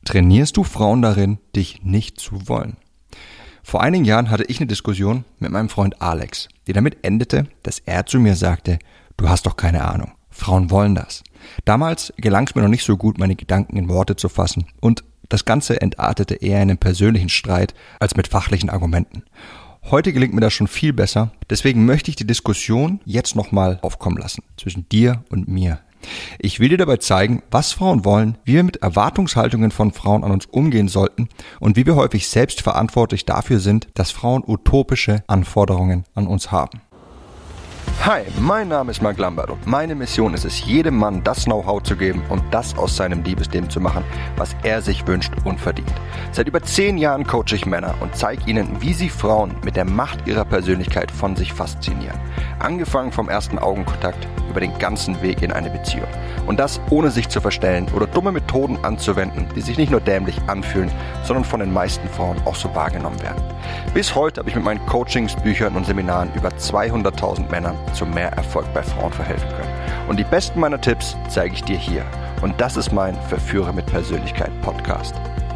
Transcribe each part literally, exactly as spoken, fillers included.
Trainierst du Frauen darin, dich nicht zu wollen? Vor einigen Jahren hatte ich eine Diskussion mit meinem Freund Alex, die damit endete, dass er zu mir sagte, du hast doch keine Ahnung, Frauen wollen das. Damals gelang es mir noch nicht so gut, meine Gedanken in Worte zu fassen und das Ganze entartete eher in einem persönlichen Streit als mit fachlichen Argumenten. Heute gelingt mir das schon viel besser, deswegen möchte ich die Diskussion jetzt nochmal aufkommen lassen zwischen dir und mir. Ich will dir dabei zeigen, was Frauen wollen, wie wir mit Erwartungshaltungen von Frauen an uns umgehen sollten und wie wir häufig selbst verantwortlich dafür sind, dass Frauen utopische Anforderungen an uns haben. Hi, mein Name ist Mark Lambert und meine Mission ist es, jedem Mann das Know-how zu geben und das aus seinem Liebesleben zu machen, was er sich wünscht und verdient. Seit über zehn Jahren coache ich Männer und zeige ihnen, wie sie Frauen mit der Macht ihrer Persönlichkeit von sich faszinieren. Angefangen vom ersten Augenkontakt über den ganzen Weg in eine Beziehung. Und das ohne sich zu verstellen oder dumme Methoden anzuwenden, die sich nicht nur dämlich anfühlen, sondern von den meisten Frauen auch so wahrgenommen werden. Bis heute habe ich mit meinen Coachings, Büchern und Seminaren über zweihunderttausend Männern zu mehr Erfolg bei Frauen verhelfen können. Und die besten meiner Tipps zeige ich dir hier. Und das ist mein Verführer mit Persönlichkeit Podcast.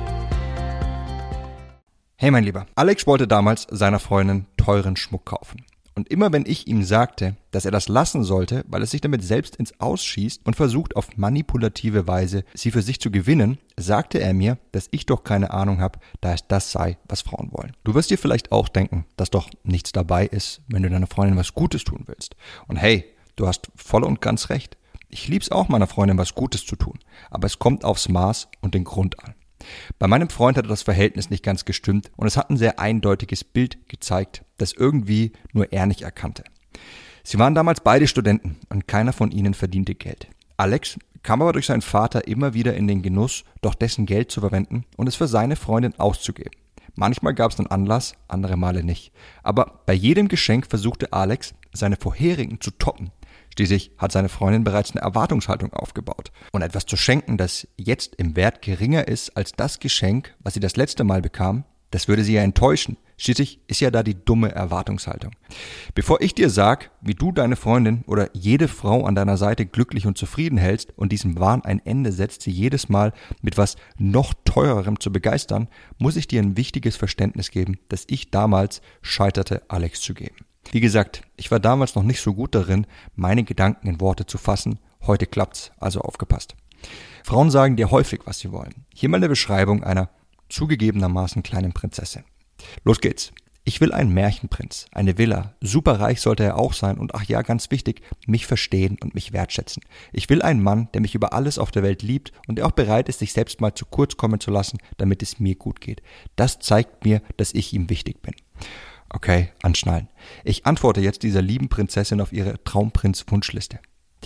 Hey mein Lieber, Alex wollte damals seiner Freundin teuren Schmuck kaufen. Und immer wenn ich ihm sagte, dass er das lassen sollte, weil es sich damit selbst ins Aus schießt und versucht auf manipulative Weise sie für sich zu gewinnen, sagte er mir, dass ich doch keine Ahnung habe, da es das sei, was Frauen wollen. Du wirst dir vielleicht auch denken, dass doch nichts dabei ist, wenn du deiner Freundin was Gutes tun willst. Und hey, du hast voll und ganz recht. Ich lieb's auch, meiner Freundin was Gutes zu tun, aber es kommt aufs Maß und den Grund an. Bei meinem Freund hatte das Verhältnis nicht ganz gestimmt und es hat ein sehr eindeutiges Bild gezeigt, das irgendwie nur er nicht erkannte. Sie waren damals beide Studenten und keiner von ihnen verdiente Geld. Alex kam aber durch seinen Vater immer wieder in den Genuss, doch dessen Geld zu verwenden und es für seine Freundin auszugeben. Manchmal gab es einen Anlass, andere Male nicht. Aber bei jedem Geschenk versuchte Alex, seine vorherigen zu toppen. Schließlich hat seine Freundin bereits eine Erwartungshaltung aufgebaut. Und etwas zu schenken, das jetzt im Wert geringer ist als das Geschenk, was sie das letzte Mal bekam, das würde sie ja enttäuschen. Schließlich ist ja da die dumme Erwartungshaltung. Bevor ich dir sag, wie du deine Freundin oder jede Frau an deiner Seite glücklich und zufrieden hältst und diesem Wahn ein Ende setzt, sie jedes Mal mit was noch teurerem zu begeistern, muss ich dir ein wichtiges Verständnis geben, das ich damals scheiterte, Alex zu geben. Wie gesagt, ich war damals noch nicht so gut darin, meine Gedanken in Worte zu fassen. Heute klappt's, also aufgepasst. Frauen sagen dir häufig, was sie wollen. Hier mal eine Beschreibung einer zugegebenermaßen kleinen Prinzessin. Los geht's. Ich will einen Märchenprinz, eine Villa, superreich sollte er auch sein und ach ja, ganz wichtig, mich verstehen und mich wertschätzen. Ich will einen Mann, der mich über alles auf der Welt liebt und der auch bereit ist, sich selbst mal zu kurz kommen zu lassen, damit es mir gut geht. Das zeigt mir, dass ich ihm wichtig bin. Okay, anschnallen. Ich antworte jetzt dieser lieben Prinzessin auf ihre Traumprinz-Wunschliste.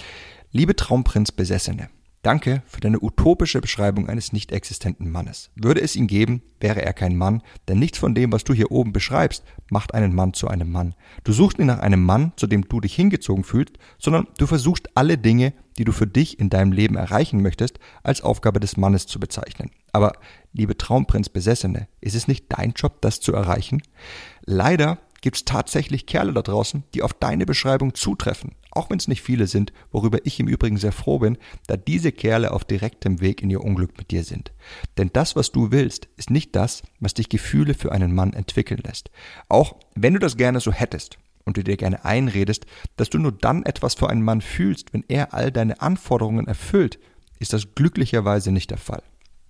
Liebe Traumprinz-Besessene, danke für deine utopische Beschreibung eines nicht existenten Mannes. Würde es ihn geben, wäre er kein Mann, denn nichts von dem, was du hier oben beschreibst, macht einen Mann zu einem Mann. Du suchst nicht nach einem Mann, zu dem du dich hingezogen fühlst, sondern du versuchst alle Dinge, die du für dich in deinem Leben erreichen möchtest, als Aufgabe des Mannes zu bezeichnen. Aber, liebe Traumprinz-Besessene, ist es nicht dein Job, das zu erreichen? Leider gibt es tatsächlich Kerle da draußen, die auf deine Beschreibung zutreffen, auch wenn es nicht viele sind, worüber ich im Übrigen sehr froh bin, da diese Kerle auf direktem Weg in ihr Unglück mit dir sind. Denn das, was du willst, ist nicht das, was dich Gefühle für einen Mann entwickeln lässt. Auch wenn du das gerne so hättest und du dir gerne einredest, dass du nur dann etwas für einen Mann fühlst, wenn er all deine Anforderungen erfüllt, ist das glücklicherweise nicht der Fall.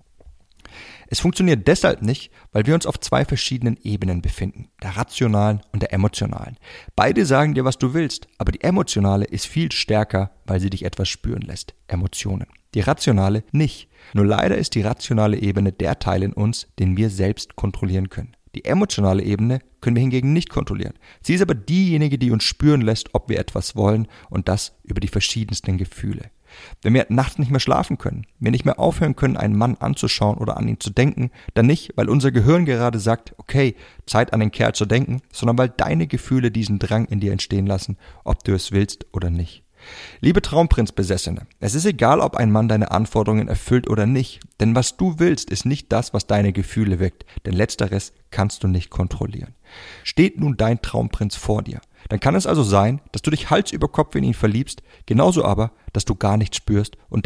Es funktioniert deshalb nicht, weil wir uns auf zwei verschiedenen Ebenen befinden, der rationalen und der emotionalen. Beide sagen dir, was du willst, aber die emotionale ist viel stärker, weil sie dich etwas spüren lässt, Emotionen. Die rationale nicht. Nur leider ist die rationale Ebene der Teil in uns, den wir selbst kontrollieren können. Die emotionale Ebene können wir hingegen nicht kontrollieren. Sie ist aber diejenige, die uns spüren lässt, ob wir etwas wollen und das über die verschiedensten Gefühle. Wenn wir nachts nicht mehr schlafen können, wir nicht mehr aufhören können, einen Mann anzuschauen oder an ihn zu denken, dann nicht, weil unser Gehirn gerade sagt, okay, Zeit an den Kerl zu denken, sondern weil deine Gefühle diesen Drang in dir entstehen lassen, ob du es willst oder nicht. Liebe Traumprinz-Besessene, es ist egal, ob ein Mann deine Anforderungen erfüllt oder nicht, denn was du willst, ist nicht das, was deine Gefühle weckt, denn letzteres kannst du nicht kontrollieren. Steht nun dein Traumprinz vor dir, dann kann es also sein, dass du dich Hals über Kopf in ihn verliebst, genauso aber, dass du gar nichts spürst und das,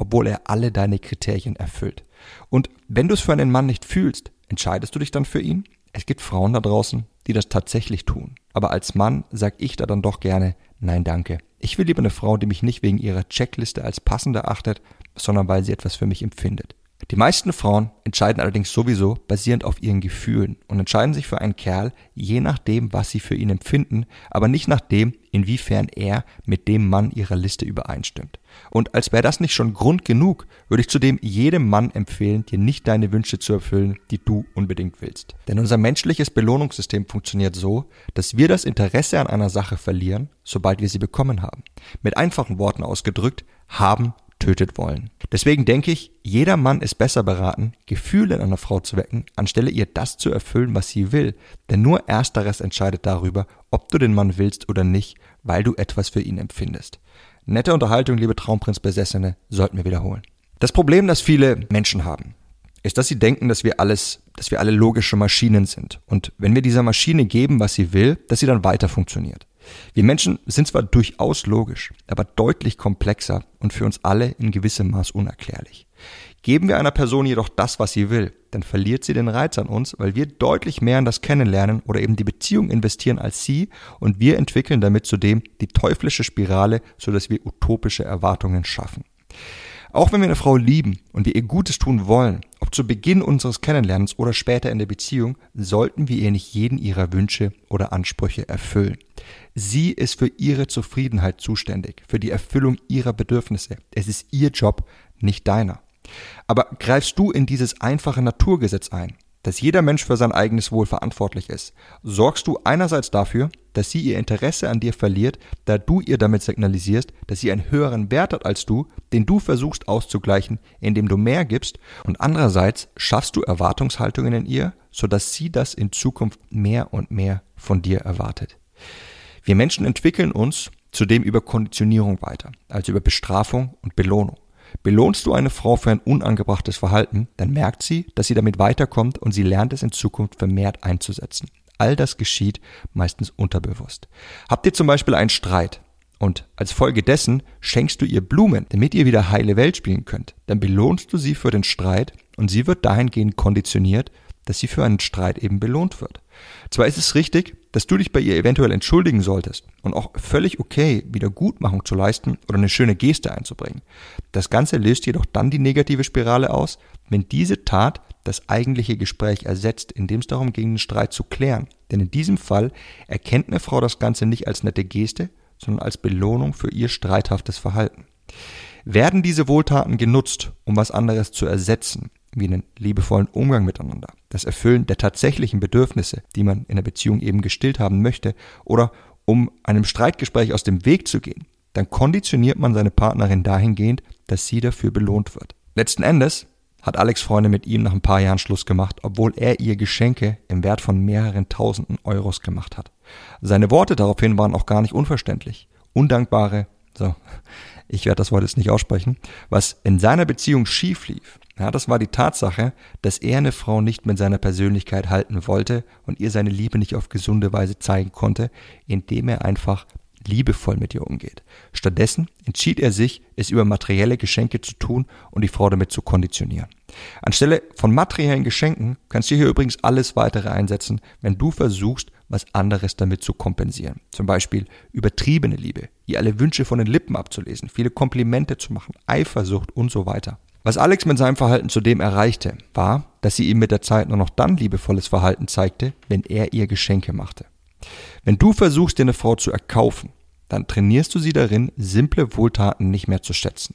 obwohl er alle deine Kriterien erfüllt. Und wenn du es für einen Mann nicht fühlst, entscheidest du dich dann für ihn? Es gibt Frauen da draußen, die das tatsächlich tun. Aber als Mann sag ich da dann doch gerne, nein danke. Ich will lieber eine Frau, die mich nicht wegen ihrer Checkliste als passend erachtet, sondern weil sie etwas für mich empfindet. Die meisten Frauen entscheiden allerdings sowieso basierend auf ihren Gefühlen und entscheiden sich für einen Kerl, je nachdem, was sie für ihn empfinden, aber nicht nach dem, inwiefern er mit dem Mann ihrer Liste übereinstimmt. Und als wäre das nicht schon Grund genug, würde ich zudem jedem Mann empfehlen, dir nicht deine Wünsche zu erfüllen, die du unbedingt willst. Denn unser menschliches Belohnungssystem funktioniert so, dass wir das Interesse an einer Sache verlieren, sobald wir sie bekommen haben. Mit einfachen Worten ausgedrückt, haben tötet wollen. Deswegen denke ich, jeder Mann ist besser beraten, Gefühle in einer Frau zu wecken, anstelle ihr das zu erfüllen, was sie will. Denn nur Ersteres entscheidet darüber, ob du den Mann willst oder nicht, weil du etwas für ihn empfindest. Nette Unterhaltung, liebe Traumprinz-Besessene, sollten wir wiederholen. Das Problem, das viele Menschen haben, ist, dass sie denken, dass wir alles, dass wir alle logische Maschinen sind. Und wenn wir dieser Maschine geben, was sie will, dass sie dann weiter funktioniert. Wir Menschen sind zwar durchaus logisch, aber deutlich komplexer und für uns alle in gewissem Maß unerklärlich. Geben wir einer Person jedoch das, was sie will, dann verliert sie den Reiz an uns, weil wir deutlich mehr in das Kennenlernen oder eben die Beziehung investieren als sie und wir entwickeln damit zudem die teuflische Spirale, sodass wir utopische Erwartungen schaffen. Auch wenn wir eine Frau lieben und wir ihr Gutes tun wollen, ob zu Beginn unseres Kennenlernens oder später in der Beziehung, sollten wir ihr nicht jeden ihrer Wünsche oder Ansprüche erfüllen. Sie ist für ihre Zufriedenheit zuständig, für die Erfüllung ihrer Bedürfnisse. Es ist ihr Job, nicht deiner. Aber greifst du in dieses einfache Naturgesetz ein, dass jeder Mensch für sein eigenes Wohl verantwortlich ist, sorgst du einerseits dafür, dass sie ihr Interesse an dir verliert, da du ihr damit signalisierst, dass sie einen höheren Wert hat als du, den du versuchst auszugleichen, indem du mehr gibst, und andererseits schaffst du Erwartungshaltungen in ihr, sodass sie das in Zukunft mehr und mehr von dir erwartet. Wir Menschen entwickeln uns zudem über Konditionierung weiter, also über Bestrafung und Belohnung. Belohnst du eine Frau für ein unangebrachtes Verhalten, dann merkt sie, dass sie damit weiterkommt und sie lernt es in Zukunft vermehrt einzusetzen. All das geschieht meistens unterbewusst. Habt ihr zum Beispiel einen Streit und als Folge dessen schenkst du ihr Blumen, damit ihr wieder heile Welt spielen könnt, dann belohnst du sie für den Streit und sie wird dahingehend konditioniert, dass sie für einen Streit eben belohnt wird. Zwar ist es richtig, dass du dich bei ihr eventuell entschuldigen solltest und auch völlig okay, Wiedergutmachung zu leisten oder eine schöne Geste einzubringen. Das Ganze löst jedoch dann die negative Spirale aus, wenn diese Tat das eigentliche Gespräch ersetzt, in dem es darum ging, den Streit zu klären. Denn in diesem Fall erkennt eine Frau das Ganze nicht als nette Geste, sondern als Belohnung für ihr streithaftes Verhalten. Werden diese Wohltaten genutzt, um was anderes zu ersetzen, wie einen liebevollen Umgang miteinander, das Erfüllen der tatsächlichen Bedürfnisse, die man in der Beziehung eben gestillt haben möchte, oder um einem Streitgespräch aus dem Weg zu gehen, dann konditioniert man seine Partnerin dahingehend, dass sie dafür belohnt wird. Letzten Endes hat Alex Freunde mit ihm nach ein paar Jahren Schluss gemacht, obwohl er ihr Geschenke im Wert von mehreren tausenden Euros gemacht hat. Seine Worte daraufhin waren auch gar nicht unverständlich. Undankbare, so, ich werde das Wort jetzt nicht aussprechen, was in seiner Beziehung schief lief. Ja, das war die Tatsache, dass er eine Frau nicht mit seiner Persönlichkeit halten wollte und ihr seine Liebe nicht auf gesunde Weise zeigen konnte, indem er einfach liebevoll mit ihr umgeht. Stattdessen entschied er sich, es über materielle Geschenke zu tun und die Frau damit zu konditionieren. Anstelle von materiellen Geschenken kannst du hier übrigens alles weitere einsetzen, wenn du versuchst, was anderes damit zu kompensieren. Zum Beispiel übertriebene Liebe, ihr alle Wünsche von den Lippen abzulesen, viele Komplimente zu machen, Eifersucht und so weiter. Was Alex mit seinem Verhalten zudem erreichte, war, dass sie ihm mit der Zeit nur noch dann liebevolles Verhalten zeigte, wenn er ihr Geschenke machte. Wenn du versuchst, dir eine Frau zu erkaufen, dann trainierst du sie darin, simple Wohltaten nicht mehr zu schätzen.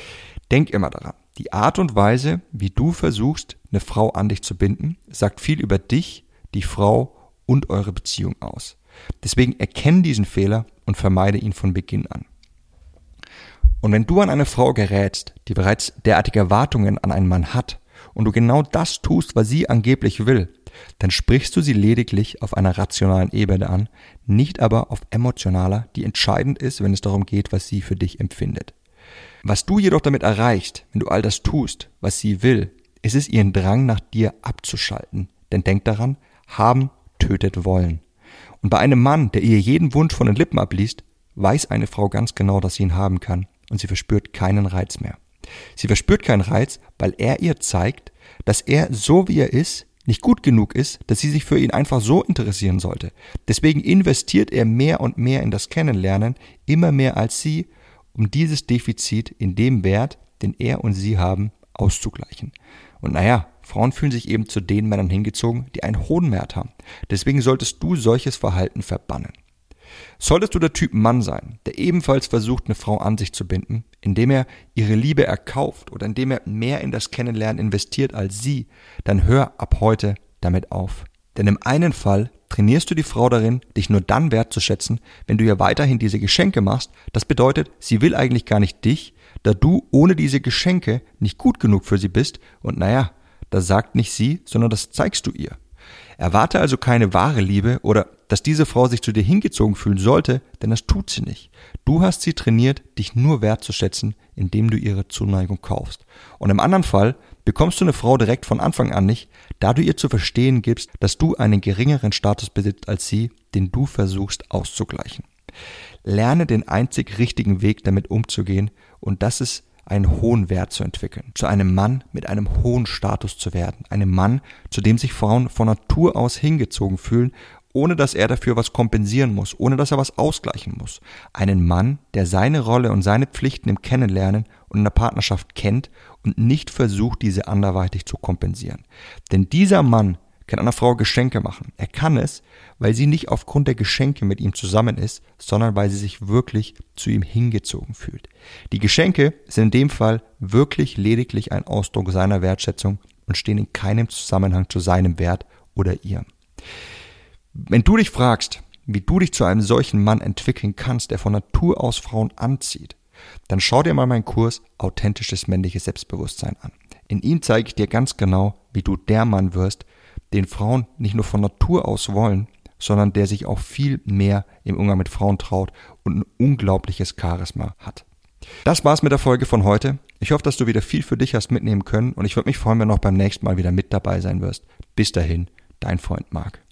Denk immer daran, die Art und Weise, wie du versuchst, eine Frau an dich zu binden, sagt viel über dich, die Frau und eure Beziehung aus. Deswegen erkenn diesen Fehler und vermeide ihn von Beginn an. Und wenn du an eine Frau gerätst, die bereits derartige Erwartungen an einen Mann hat und du genau das tust, was sie angeblich will, dann sprichst du sie lediglich auf einer rationalen Ebene an, nicht aber auf emotionaler, die entscheidend ist, wenn es darum geht, was sie für dich empfindet. Was du jedoch damit erreichst, wenn du all das tust, was sie will, ist es ihren Drang nach dir abzuschalten. Denn denk daran, haben tötet wollen. Und bei einem Mann, der ihr jeden Wunsch von den Lippen abliest, weiß eine Frau ganz genau, dass sie ihn haben kann und sie verspürt keinen Reiz mehr. Sie verspürt keinen Reiz, weil er ihr zeigt, dass er so wie er ist, nicht gut genug ist, dass sie sich für ihn einfach so interessieren sollte. Deswegen investiert er mehr und mehr in das Kennenlernen, immer mehr als sie, um dieses Defizit in dem Wert, den er und sie haben, auszugleichen. Und naja, Frauen fühlen sich eben zu den Männern hingezogen, die einen hohen Wert haben. Deswegen solltest du solches Verhalten verbannen. Solltest du der Typ Mann sein, der ebenfalls versucht, eine Frau an sich zu binden, indem er ihre Liebe erkauft oder indem er mehr in das Kennenlernen investiert als sie, dann hör ab heute damit auf. Denn im einen Fall trainierst du die Frau darin, dich nur dann wertzuschätzen, wenn du ihr weiterhin diese Geschenke machst. Das bedeutet, sie will eigentlich gar nicht dich, da du ohne diese Geschenke nicht gut genug für sie bist. Und naja, das sagt nicht sie, sondern das zeigst du ihr. Erwarte also keine wahre Liebe oder dass diese Frau sich zu dir hingezogen fühlen sollte, denn das tut sie nicht. Du hast sie trainiert, dich nur wertzuschätzen, indem du ihre Zuneigung kaufst. Und im anderen Fall bekommst du eine Frau direkt von Anfang an nicht, da du ihr zu verstehen gibst, dass du einen geringeren Status besitzt als sie, den du versuchst auszugleichen. Lerne den einzig richtigen Weg, damit umzugehen, und das ist, einen hohen Wert zu entwickeln, zu einem Mann mit einem hohen Status zu werden, einem Mann, zu dem sich Frauen von Natur aus hingezogen fühlen, ohne dass er dafür was kompensieren muss, ohne dass er was ausgleichen muss. Einen Mann, der seine Rolle und seine Pflichten im Kennenlernen und in der Partnerschaft kennt und nicht versucht, diese anderweitig zu kompensieren. Denn dieser Mann kann einer Frau Geschenke machen. Er kann es, weil sie nicht aufgrund der Geschenke mit ihm zusammen ist, sondern weil sie sich wirklich zu ihm hingezogen fühlt. Die Geschenke sind in dem Fall wirklich lediglich ein Ausdruck seiner Wertschätzung und stehen in keinem Zusammenhang zu seinem Wert oder ihrem. Wenn du dich fragst, wie du dich zu einem solchen Mann entwickeln kannst, der von Natur aus Frauen anzieht, dann schau dir mal meinen Kurs Authentisches männliches Selbstbewusstsein an. In ihm zeige ich dir ganz genau, wie du der Mann wirst, den Frauen nicht nur von Natur aus wollen, sondern der sich auch viel mehr im Umgang mit Frauen traut und ein unglaubliches Charisma hat. Das war's mit der Folge von heute. Ich hoffe, dass du wieder viel für dich hast mitnehmen können und ich würde mich freuen, wenn du auch beim nächsten Mal wieder mit dabei sein wirst. Bis dahin, dein Freund Marc.